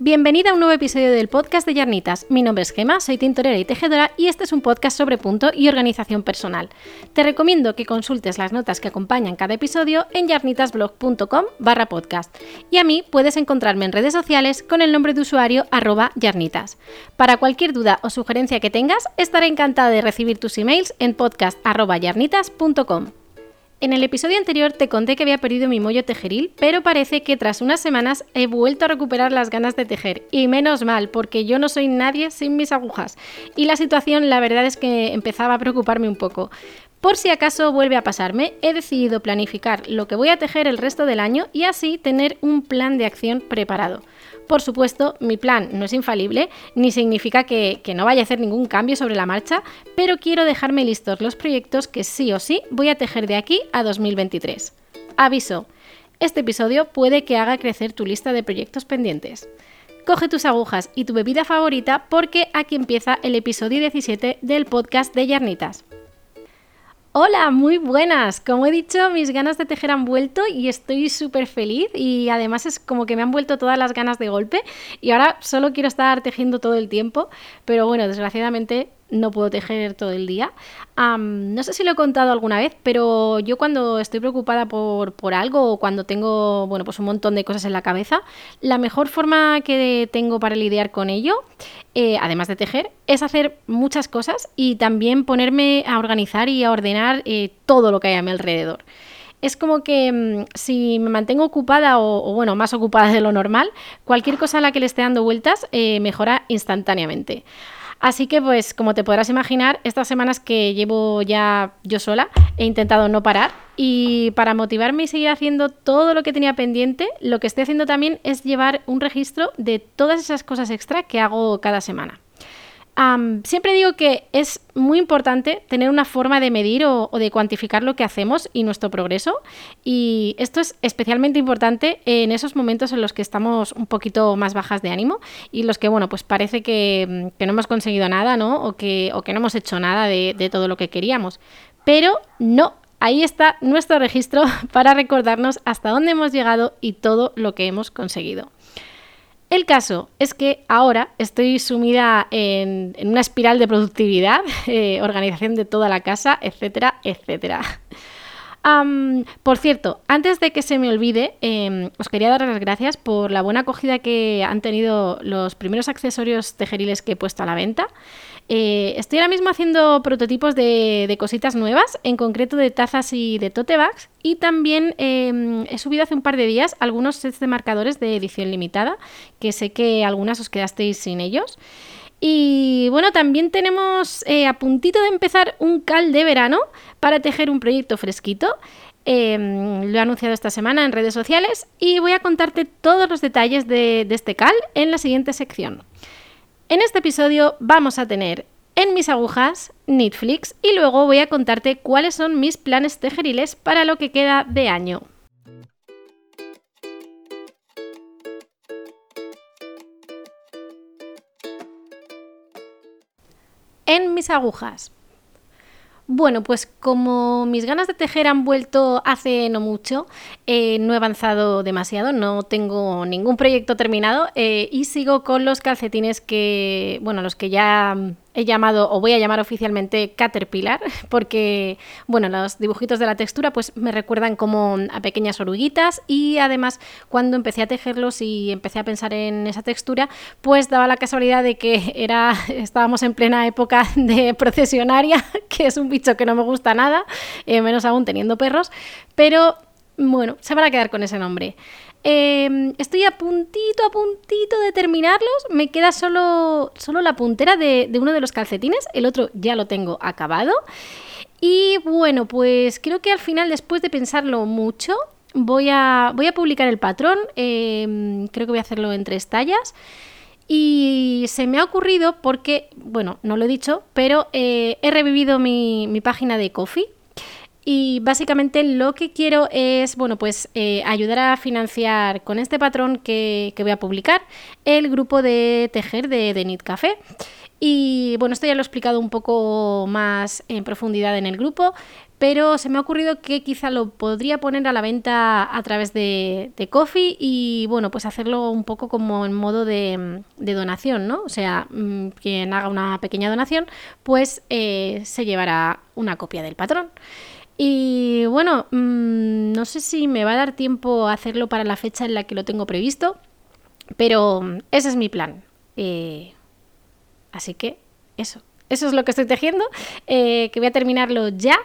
Bienvenida a un nuevo episodio del podcast de Yarnitas. Mi nombre es Gemma, soy tintorera y tejedora y este es un podcast sobre punto y organización personal. Te recomiendo que consultes las notas que acompañan cada episodio en yarnitasblog.com/podcast y a mí puedes encontrarme en redes sociales con el nombre de usuario @yarnitas. Para cualquier duda o sugerencia que tengas, estaré encantada de recibir tus emails en podcast@yarnitas.com. En el episodio anterior te conté que había perdido mi mollo tejeril, pero parece que tras unas semanas he vuelto a recuperar las ganas de tejer. Y menos mal, porque yo no soy nadie sin mis agujas. Y la situación, la verdad es que empezaba a preocuparme un poco. Por si acaso vuelve a pasarme, he decidido planificar lo que voy a tejer el resto del año y así tener un plan de acción preparado. Por supuesto, mi plan no es infalible, ni significa que no vaya a hacer ningún cambio sobre la marcha, pero quiero dejarme listos los proyectos que sí o sí voy a tejer de aquí a 2023. Aviso, este episodio puede que haga crecer tu lista de proyectos pendientes. Coge tus agujas y tu bebida favorita porque aquí empieza el episodio 17 del podcast de Yarnitas. Hola, muy buenas. Como he dicho, mis ganas de tejer han vuelto y estoy súper feliz y además es como que me han vuelto todas las ganas de golpe y ahora solo quiero estar tejiendo todo el tiempo, pero bueno, desgraciadamente no puedo tejer todo el día. No sé si lo he contado alguna vez, pero yo cuando estoy preocupada por algo o cuando tengo, pues un montón de cosas en la cabeza, la mejor forma que tengo para lidiar con ello, además de tejer, es hacer muchas cosas y también ponerme a organizar y a ordenar todo lo que hay a mi alrededor. Es como que si me mantengo ocupada o más ocupada de lo normal, cualquier cosa a la que le esté dando vueltas mejora instantáneamente. Así que, como te podrás imaginar, estas semanas que llevo ya yo sola he intentado no parar y para motivarme y seguir haciendo todo lo que tenía pendiente, lo que estoy haciendo también es llevar un registro de todas esas cosas extra que hago cada semana. Siempre digo que es muy importante tener una forma de medir o de cuantificar lo que hacemos y nuestro progreso, y esto es especialmente importante en esos momentos en los que estamos un poquito más bajas de ánimo y los que parece que no hemos conseguido nada, ¿no? o que no hemos hecho nada de todo lo que queríamos, pero no. Ahí está nuestro registro para recordarnos hasta dónde hemos llegado y todo lo que hemos conseguido. El caso es que ahora estoy sumida en una espiral de productividad, organización de toda la casa, etcétera, etcétera. Por cierto, antes de que se me olvide, os quería dar las gracias por la buena acogida que han tenido los primeros accesorios tejeriles que he puesto a la venta. Estoy ahora mismo haciendo prototipos de cositas nuevas, en concreto de tazas y de tote bags, y también he subido hace un par de días algunos sets de marcadores de edición limitada, que sé que algunas os quedasteis sin ellos. Y también tenemos a puntito de empezar un cal de verano para tejer un proyecto fresquito. Lo he anunciado esta semana en redes sociales y voy a contarte todos los detalles de este cal en la siguiente sección. En este episodio vamos a tener en mis agujas Knitflix y luego voy a contarte cuáles son mis planes tejeriles para lo que queda de año. En mis agujas. Como mis ganas de tejer han vuelto hace no mucho, no he avanzado demasiado, no tengo ningún proyecto terminado y sigo con los calcetines que, los que ya he llamado o voy a llamar oficialmente Caterpillar, porque los dibujitos de la textura me recuerdan como a pequeñas oruguitas y además cuando empecé a tejerlos y empecé a pensar en esa textura, daba la casualidad de que estábamos en plena época de procesionaria, que es un bicho que no me gusta nada, menos aún teniendo perros, pero se van a quedar con ese nombre. Estoy a puntito de terminarlos, me queda solo la puntera de uno de los calcetines, el otro ya lo tengo acabado y creo que al final, después de pensarlo mucho, voy a publicar el patrón. Creo que voy a hacerlo en 3 tallas. Y se me ha ocurrido porque, no lo he dicho, pero he revivido mi página de Ko-fi. Y básicamente lo que quiero es, ayudar a financiar con este patrón que voy a publicar el grupo de tejer de Knit Café. Y bueno, esto ya lo he explicado un poco más en profundidad en el grupo, pero se me ha ocurrido que quizá lo podría poner a la venta a través de Ko-fi y bueno, pues hacerlo un poco como en modo de donación, ¿no? O sea, quien haga una pequeña donación, pues se llevará una copia del patrón. Y bueno, no sé si me va a dar tiempo a hacerlo para la fecha en la que lo tengo previsto, pero ese es mi plan. Así que eso es lo que estoy tejiendo, que voy a terminarlo ya.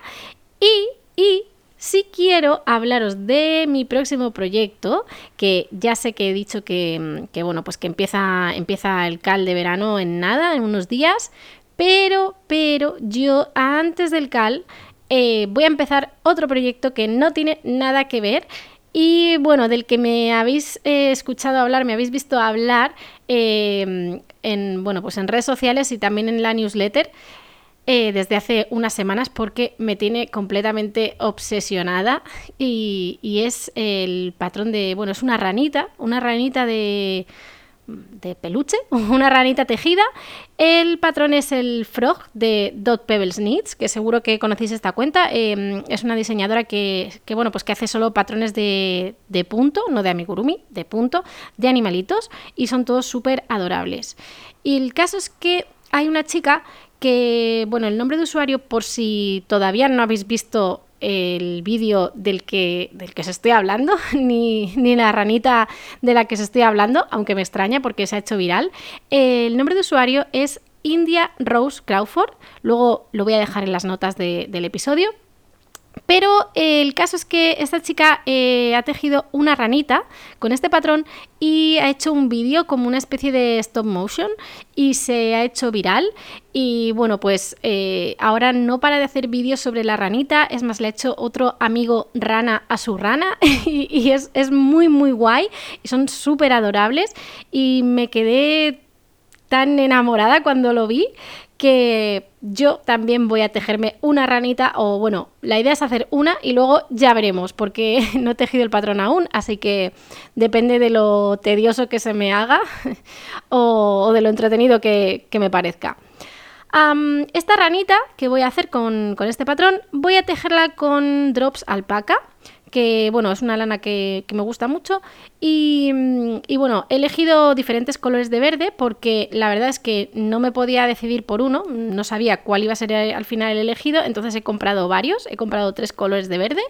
Y sí quiero hablaros de mi próximo proyecto, que ya sé que he dicho que bueno, pues que empieza el CAL de verano en nada, en unos días, pero yo antes del CAL voy a empezar otro proyecto que no tiene nada que ver y bueno, del que me habéis escuchado hablar, me habéis visto hablar bueno, pues en redes sociales y también en la newsletter desde hace unas semanas porque me tiene completamente obsesionada y es el patrón de, bueno, es una ranita de peluche, una ranita tejida. El patrón es el Frog de Dot Pebbles Knits, que seguro que conocéis esta cuenta. Es una diseñadora que bueno, pues que hace solo patrones de punto, no de amigurumi, de punto, de animalitos, y son todos súper adorables. Y el caso es que hay una chica que, bueno, el nombre de usuario, por si todavía no habéis visto el vídeo del que os estoy hablando, ni la ranita de la que os estoy hablando, aunque me extraña porque se ha hecho viral. El nombre de usuario es India Rose Crawford, luego lo voy a dejar en las notas del episodio. Pero el caso es que esta chica ha tejido una ranita con este patrón y ha hecho un vídeo como una especie de stop motion y se ha hecho viral. Y bueno, pues ahora no para de hacer vídeos sobre la ranita, es más, le ha hecho otro amigo rana a su rana y es muy muy guay y son súper adorables y me quedé tan enamorada cuando lo vi que yo también voy a tejerme una ranita, o bueno, la idea es hacer una y luego ya veremos, porque no he tejido el patrón aún, así que depende de lo tedioso que se me haga o de lo entretenido que me parezca. Esta ranita que voy a hacer con este patrón, voy a tejerla con drops alpaca, que bueno, es una lana que me gusta mucho y bueno, he elegido diferentes colores de verde porque la verdad es que no me podía decidir por uno, no sabía cuál iba a ser al final el elegido, entonces he comprado varios, he comprado 3 colores de verde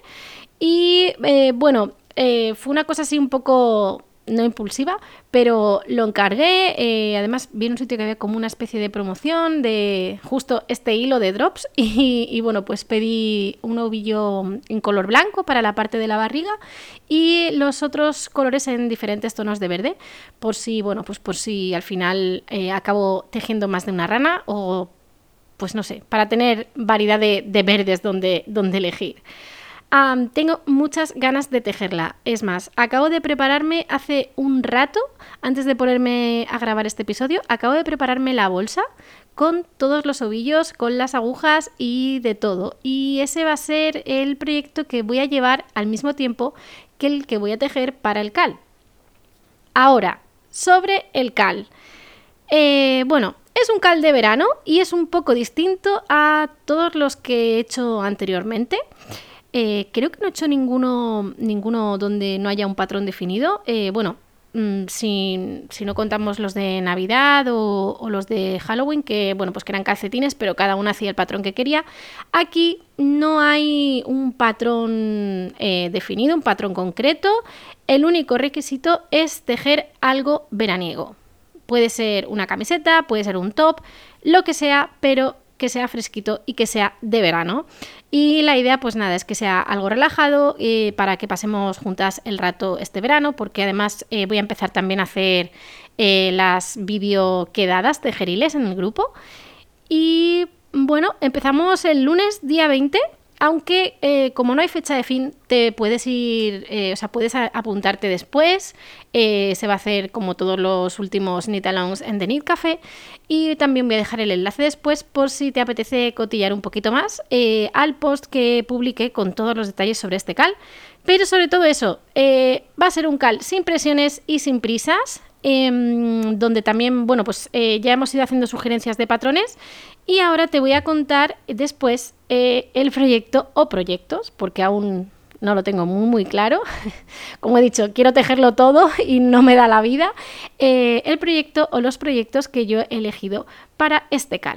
y bueno, fue una cosa así un poco no impulsiva, pero lo encargué, además vi en un sitio que había como una especie de promoción de justo este hilo de drops y bueno, pues pedí un ovillo en color blanco para la parte de la barriga y los otros colores en diferentes tonos de verde, por si, bueno, pues por si al final acabo tejiendo más de una rana o pues no sé, para tener variedad de verdes donde elegir. Tengo muchas ganas de tejerla. Es más, acabo de prepararme hace un rato, antes de ponerme a grabar este episodio, acabo de prepararme la bolsa con todos los ovillos, con las agujas y de todo. Y ese va a ser el proyecto que voy a llevar al mismo tiempo que el que voy a tejer para el CAL. Ahora, sobre el CAL. Bueno, es un CAL de verano y es un poco distinto a todos los que he hecho anteriormente. Creo que no he hecho ninguno donde no haya un patrón definido. Bueno, si no contamos los de Navidad o los de Halloween, que bueno, pues que eran calcetines, pero cada uno hacía el patrón que quería. Aquí no hay un patrón definido, un patrón concreto. El único requisito es tejer algo veraniego. Puede ser una camiseta, puede ser un top, lo que sea, pero que sea fresquito y que sea de verano. Y la idea, pues nada, es que sea algo relajado para que pasemos juntas el rato este verano, porque además voy a empezar también a hacer las videoquedadas tejeriles en el grupo. Y bueno, empezamos el lunes día 20, aunque como no hay fecha de fin, te puedes ir, o sea, puedes apuntarte después. Se va a hacer como todos los últimos knit-alongs en The Knit Café. Y también voy a dejar el enlace después por si te apetece cotillar un poquito más al post que publiqué con todos los detalles sobre este CAL. Pero sobre todo eso, va a ser un CAL sin presiones y sin prisas. donde también, bueno, pues ya hemos ido haciendo sugerencias de patrones y ahora te voy a contar después el proyecto o proyectos, porque aún no lo tengo muy claro. Como he dicho, quiero tejerlo todo y no me da la vida. El proyecto o los proyectos que yo he elegido para este cal.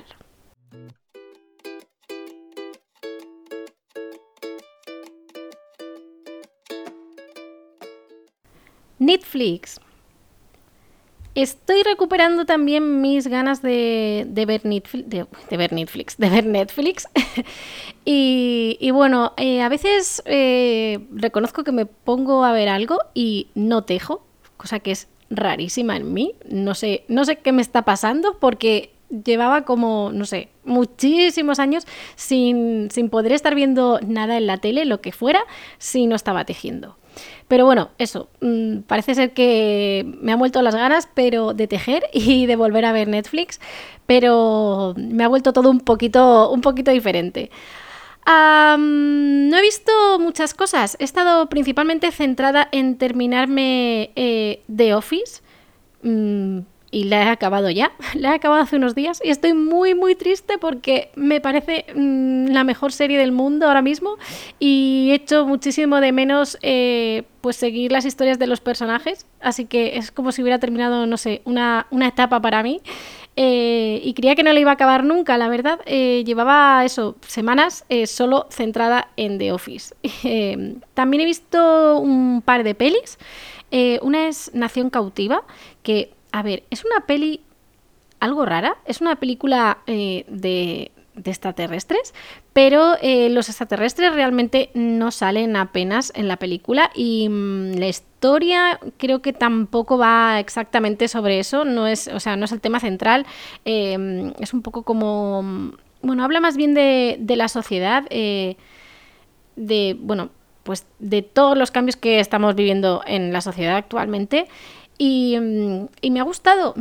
Netflix. Estoy recuperando también mis ganas de ver Netflix. Y bueno, a veces reconozco que me pongo a ver algo y no tejo, cosa que es rarísima en mí. No sé qué me está pasando porque llevaba como, no sé, muchísimos años sin poder estar viendo nada en la tele, lo que fuera, si no estaba tejiendo. Pero bueno, eso, parece ser que me han vuelto las ganas de tejer y de volver a ver Netflix, pero me ha vuelto todo un poquito diferente. No he visto muchas cosas, he estado principalmente centrada en terminarme The Office, y la he acabado ya, la he acabado hace unos días y estoy muy triste porque me parece la mejor serie del mundo ahora mismo y echo muchísimo de menos pues seguir las historias de los personajes, así que es como si hubiera terminado, no sé, una etapa para mí. Y creía que no la iba a acabar nunca, la verdad. Llevaba semanas solo centrada en The Office. También he visto un par de pelis. Una es Nación Cautiva, que, a ver, es una peli algo rara. Es una película de extraterrestres, pero los extraterrestres realmente no salen apenas en la película y la historia creo que tampoco va exactamente sobre eso, no es el tema central, es un poco como, bueno, habla más bien de la sociedad, pues de todos los cambios que estamos viviendo en la sociedad actualmente y me ha gustado,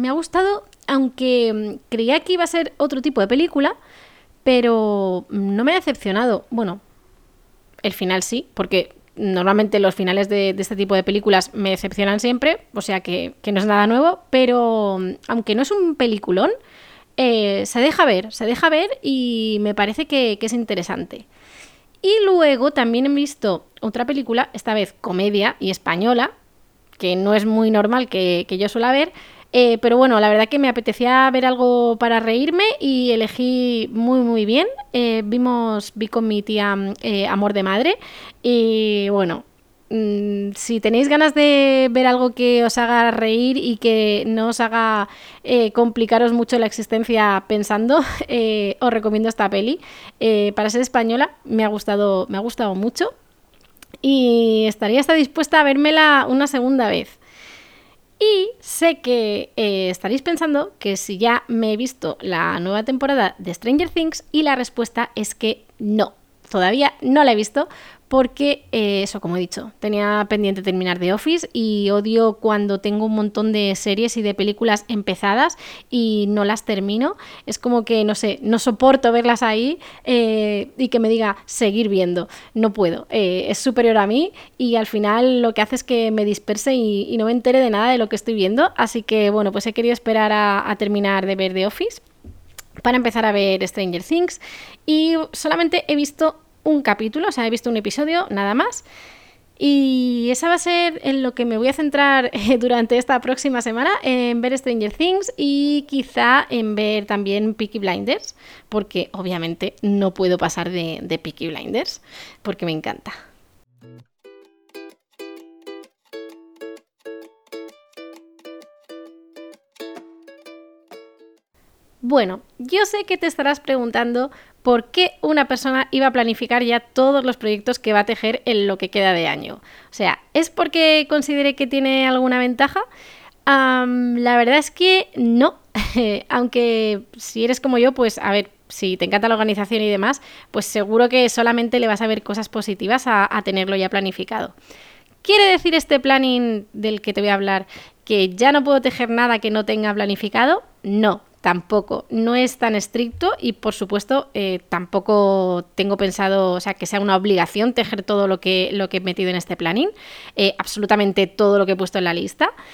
aunque creía que iba a ser otro tipo de película, pero no me ha decepcionado. Bueno, el final sí, porque normalmente los finales de este tipo de películas me decepcionan siempre, o sea que no es nada nuevo, pero aunque no es un peliculón, se deja ver y me parece que es interesante. Y luego también he visto otra película, esta vez comedia y española, que no es muy normal que yo suela ver, pero bueno, la verdad que me apetecía ver algo para reírme y elegí muy bien. Vi con mi tía Amor de Madre y bueno, si tenéis ganas de ver algo que os haga reír y que no os haga complicaros mucho la existencia pensando, os recomiendo esta peli. Para ser española me ha gustado mucho y estaría hasta dispuesta a vérmela una segunda vez. Y sé que estaréis pensando que si ya me he visto la nueva temporada de Stranger Things y la respuesta es que no, todavía no la he visto porque como he dicho, tenía pendiente terminar The Office y odio cuando tengo un montón de series y de películas empezadas y no las termino. Es como que, no sé, no soporto verlas ahí y que me diga seguir viendo. No puedo, es superior a mí y al final lo que hace es que me disperse y no me entere de nada de lo que estoy viendo. Así que, bueno, pues he querido esperar a terminar de ver The Office para empezar a ver Stranger Things y solamente he visto un capítulo, he visto un episodio, nada más. Y esa va a ser en lo que me voy a centrar durante esta próxima semana, en ver Stranger Things y quizá en ver también Peaky Blinders, porque obviamente no puedo pasar de Peaky Blinders, porque me encanta. Bueno, yo sé que te estarás preguntando por qué una persona iba a planificar ya todos los proyectos que va a tejer en lo que queda de año. O sea, ¿es porque considere que tiene alguna ventaja? La verdad es que no, aunque si eres como yo, pues a ver, si te encanta la organización y demás, pues seguro que solamente le vas a ver cosas positivas a tenerlo ya planificado. ¿Quiere decir este planning del que te voy a hablar que ya no puedo tejer nada que no tenga planificado? No. Tampoco, no es tan estricto y por supuesto tampoco tengo pensado, que sea una obligación tejer todo lo que he metido en este planning, absolutamente todo lo que he puesto en la lista.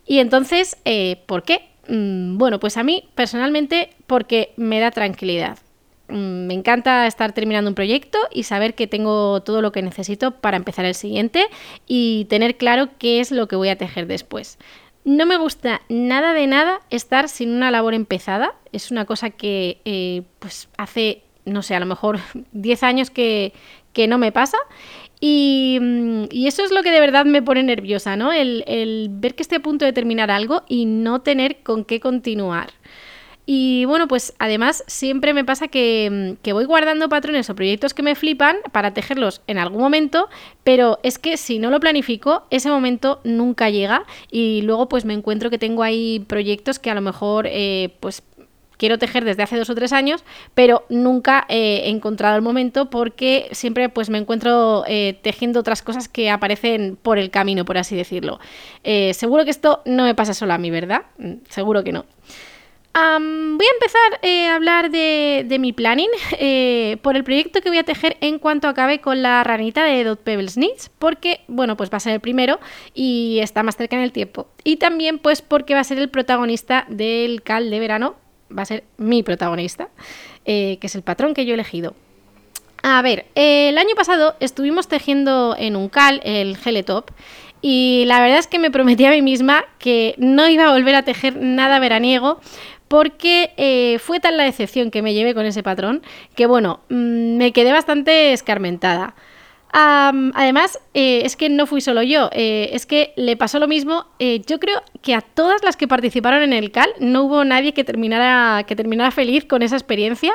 Y entonces, ¿por qué? Bueno, pues a mí personalmente porque me da tranquilidad. Me encanta estar terminando un proyecto y saber que tengo todo lo que necesito para empezar el siguiente y tener claro qué es lo que voy a tejer después. No me gusta nada de nada estar sin una labor empezada. Es una cosa que pues hace, no sé, a lo mejor 10 años que no me pasa. Y eso es lo que de verdad me pone nerviosa, ¿no? El ver que estoy a punto de terminar algo y no tener con qué continuar. Y bueno, pues además siempre me pasa que voy guardando patrones o proyectos que me flipan para tejerlos en algún momento, pero es que si no lo planifico, ese momento nunca llega y luego pues me encuentro que tengo ahí proyectos que a lo mejor pues quiero tejer desde hace 2 o 3 años, pero nunca he encontrado el momento porque siempre pues me encuentro tejiendo otras cosas que aparecen por el camino, por así decirlo. Seguro que esto no me pasa solo a mí, ¿verdad? Seguro que no. Voy a empezar a hablar de mi planning por el proyecto que voy a tejer en cuanto acabe con la ranita de Dot Pebbles Knits, porque, bueno, pues va a ser el primero y está más cerca en el tiempo. Y también, pues, porque va a ser el protagonista del cal de verano, va a ser mi protagonista, que es el patrón que yo he elegido. A ver, el año pasado estuvimos tejiendo en un cal, el Geletop, y la verdad es que me prometí a mí misma que no iba a volver a tejer nada veraniego, porque fue tal la decepción que me llevé con ese patrón que, bueno, me quedé bastante escarmentada. Además, es que no fui solo yo, es que le pasó lo mismo, yo creo que a todas las que participaron en el CAL no hubo nadie que terminara feliz con esa experiencia,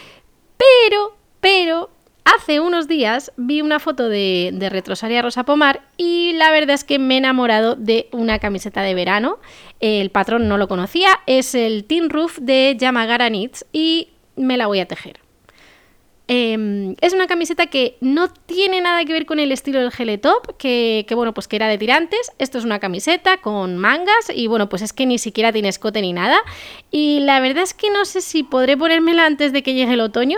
pero hace unos días vi una foto de Retrosaria Rosa Pomar y la verdad es que me he enamorado de una camiseta de verano. El patrón no lo conocía, es el Tin Roof de Yamagara Knits y me la voy a tejer. Es una camiseta que no tiene nada que ver con el estilo del Geletop, que bueno, pues que era de tirantes. Esto es una camiseta con mangas y bueno, pues es que ni siquiera tiene escote ni nada. Y la verdad es que no sé si podré ponérmela antes de que llegue el otoño,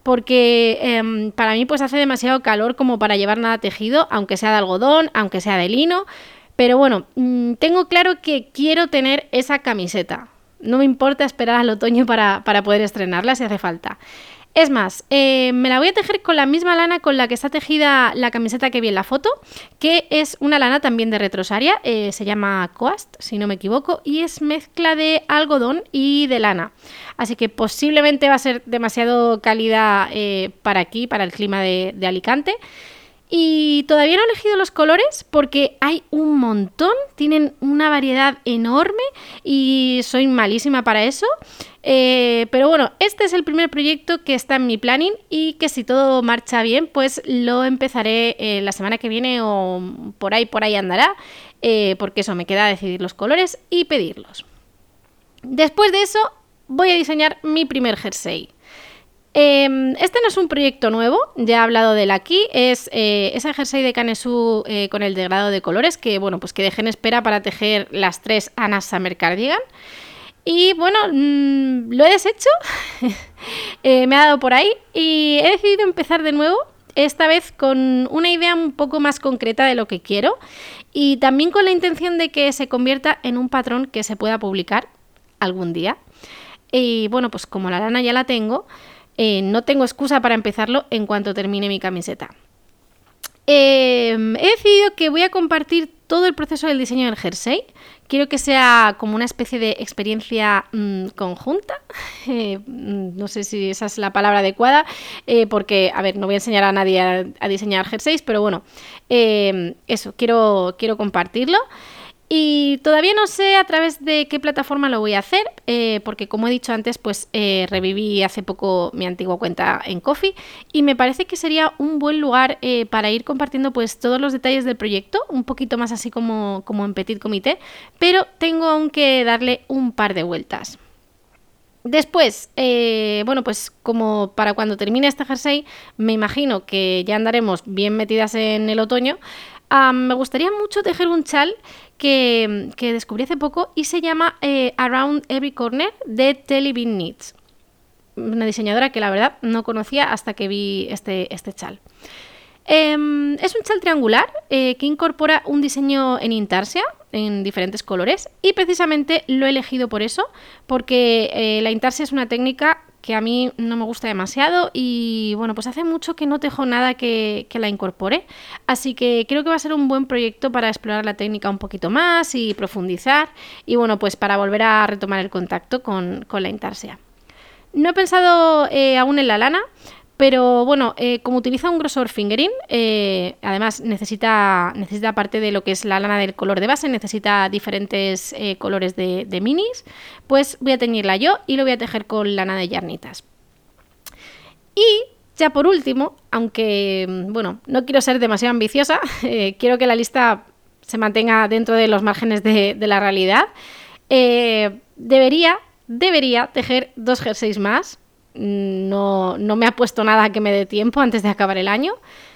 porque para mí pues hace demasiado calor como para llevar nada tejido, aunque sea de algodón, aunque sea de lino. Pero bueno, tengo claro que quiero tener esa camiseta. No me importa esperar al otoño para poder estrenarla si hace falta. Es más, me la voy a tejer con la misma lana con la que está tejida la camiseta que vi en la foto, que es una lana también de Retrosaria, se llama Coast, si no me equivoco, y es mezcla de algodón y de lana. Así que posiblemente va a ser demasiado cálida para aquí, para el clima de Alicante. Y todavía no he elegido los colores porque hay un montón, tienen una variedad enorme y soy malísima para eso. Pero bueno, este es el primer proyecto que está en mi planning y que si todo marcha bien, pues lo empezaré la semana que viene o por ahí andará, porque eso, me queda decidir los colores y pedirlos. Después de eso, voy a diseñar mi primer jersey. Este no es un proyecto nuevo, ya he hablado de él aquí, es ese jersey de Canesú con el degradado de colores que, bueno, pues que dejé en espera para tejer las 3 Anna's Summer Cardigan. Y bueno, lo he deshecho, me ha dado por ahí y he decidido empezar de nuevo, esta vez con una idea un poco más concreta de lo que quiero y también con la intención de que se convierta en un patrón que se pueda publicar algún día. Y bueno, pues como la lana ya la tengo, no tengo excusa para empezarlo en cuanto termine mi camiseta. He decidido que voy a compartir todo el proceso del diseño del jersey. Quiero que sea como una especie de experiencia conjunta. No sé si esa es la palabra adecuada, porque, a ver, no voy a enseñar a nadie a diseñar jerseys, pero bueno, eso, quiero compartirlo. Y todavía no sé a través de qué plataforma lo voy a hacer, porque como he dicho antes, pues reviví hace poco mi antigua cuenta en Ko-fi y me parece que sería un buen lugar para ir compartiendo pues todos los detalles del proyecto, un poquito más así como en petit comité, pero tengo aún que darle un par de vueltas. Después, bueno, pues como para cuando termine este jersey, me imagino que ya andaremos bien metidas en el otoño. Me gustaría mucho tejer un chal que descubrí hace poco y se llama Around Every Corner de Telly Bean Knits. Una diseñadora que la verdad no conocía hasta que vi este chal. Es un chal triangular que incorpora un diseño en intarsia en diferentes colores y precisamente lo he elegido por eso, porque la intarsia es una técnica que a mí no me gusta demasiado y bueno, pues hace mucho que no tejo nada que la incorpore, así que creo que va a ser un buen proyecto para explorar la técnica un poquito más y profundizar y bueno, pues para volver a retomar el contacto con la intarsia. No he pensado aún en la lana, pero bueno, como utiliza un grosor fingering, además necesita aparte de lo que es la lana del color de base, necesita diferentes colores de minis, pues voy a teñirla yo y lo voy a tejer con lana de Yarnitas. Y ya por último, aunque bueno, no quiero ser demasiado ambiciosa, quiero que la lista se mantenga dentro de los márgenes de la realidad, debería tejer 2 jerseys más. No me ha puesto nada que me dé tiempo antes de acabar el año.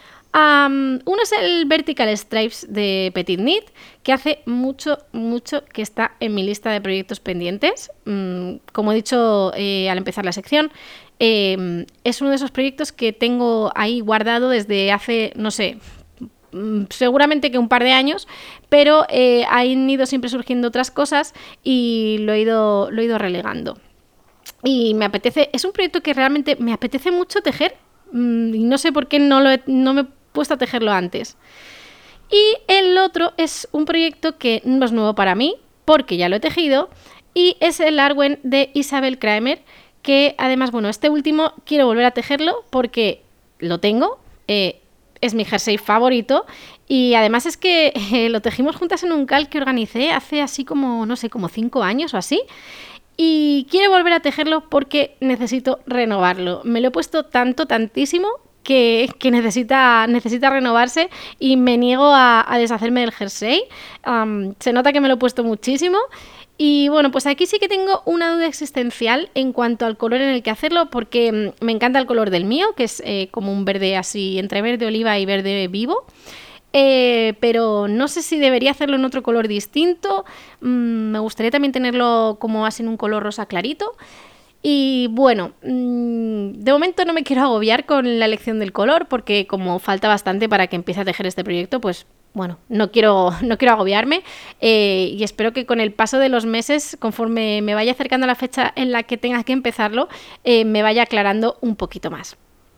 Uno es el Vertical Stripes de Petit Knit, que hace mucho que está en mi lista de proyectos pendientes. Como he dicho al empezar la sección, es uno de esos proyectos que tengo ahí guardado desde hace, no sé, seguramente que un par de años, pero han ido siempre surgiendo otras cosas y lo he ido relegando. Y me apetece, es un proyecto que realmente me apetece mucho tejer y no sé por qué no me he puesto a tejerlo antes. Y el otro es un proyecto que no es nuevo para mí, porque ya lo he tejido, y es el Arwen de Isabel Kraemer, que además, bueno, este último quiero volver a tejerlo porque lo tengo, es mi jersey favorito, y además es que lo tejimos juntas en un cal que organicé hace así como, no sé, como 5 años o así. Y quiero volver a tejerlo porque necesito renovarlo. Me lo he puesto tantísimo que necesita renovarse y me niego a deshacerme del jersey. Se nota que me lo he puesto muchísimo. Y bueno, pues aquí sí que tengo una duda existencial en cuanto al color en el que hacerlo, porque me encanta el color del mío, que es como un verde así, entre verde oliva y verde vivo. Pero no sé si debería hacerlo en otro color distinto. Me gustaría también tenerlo como así en un color rosa clarito. Y bueno, de momento no me quiero agobiar con la elección del color porque como falta bastante para que empiece a tejer este proyecto, pues bueno, no quiero agobiarme y espero que con el paso de los meses, conforme me vaya acercando a la fecha en la que tenga que empezarlo, me vaya aclarando un poquito más.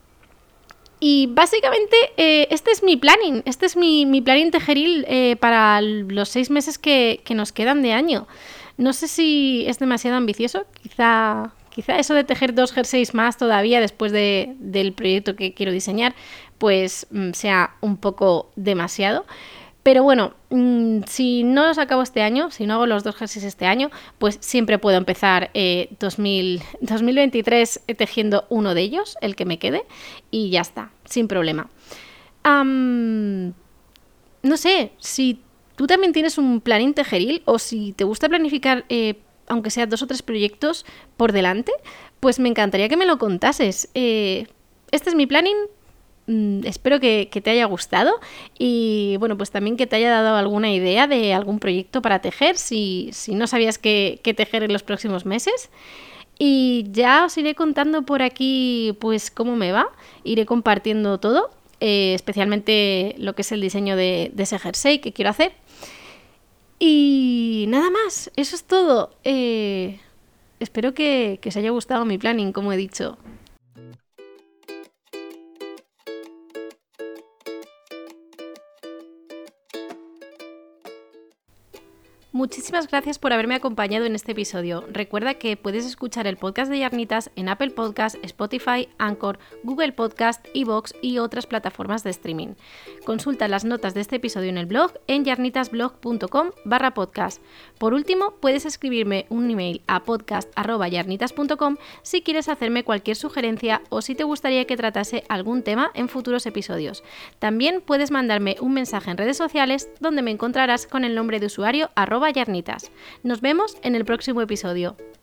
Y básicamente este es mi planning, mi planning tejeril para los 6 meses que nos quedan de año. No sé si es demasiado ambicioso, quizá eso de tejer 2 jerseys más todavía después del proyecto que quiero diseñar, pues sea un poco demasiado. Pero bueno, si no los acabo este año, si no hago los 2 jerseys este año, pues siempre puedo empezar 2023 tejiendo uno de ellos, el que me quede, y ya está, sin problema. No sé, si tú también tienes un planning tejeril o si te gusta planificar, aunque sea 2 o 3 proyectos por delante, pues me encantaría que me lo contases. Este es mi planning. Espero que te haya gustado y bueno, pues también que te haya dado alguna idea de algún proyecto para tejer si no sabías qué tejer en los próximos meses. Y ya os iré contando por aquí pues cómo me va, iré compartiendo todo, especialmente lo que es el diseño de ese jersey que quiero hacer. Y nada más, eso es todo. Espero que os haya gustado mi planning, como he dicho. Muchísimas gracias por haberme acompañado en este episodio. Recuerda que puedes escuchar el podcast de Yarnitas en Apple Podcast, Spotify, Anchor, Google Podcast, iVoox y otras plataformas de streaming. Consulta las notas de este episodio en el blog en yarnitasblog.com/podcast. Por último, puedes escribirme un email a podcast@yarnitas.com si quieres hacerme cualquier sugerencia o si te gustaría que tratase algún tema en futuros episodios. También puedes mandarme un mensaje en redes sociales donde me encontrarás con el nombre de usuario @yarnitas. Nos vemos en el próximo episodio.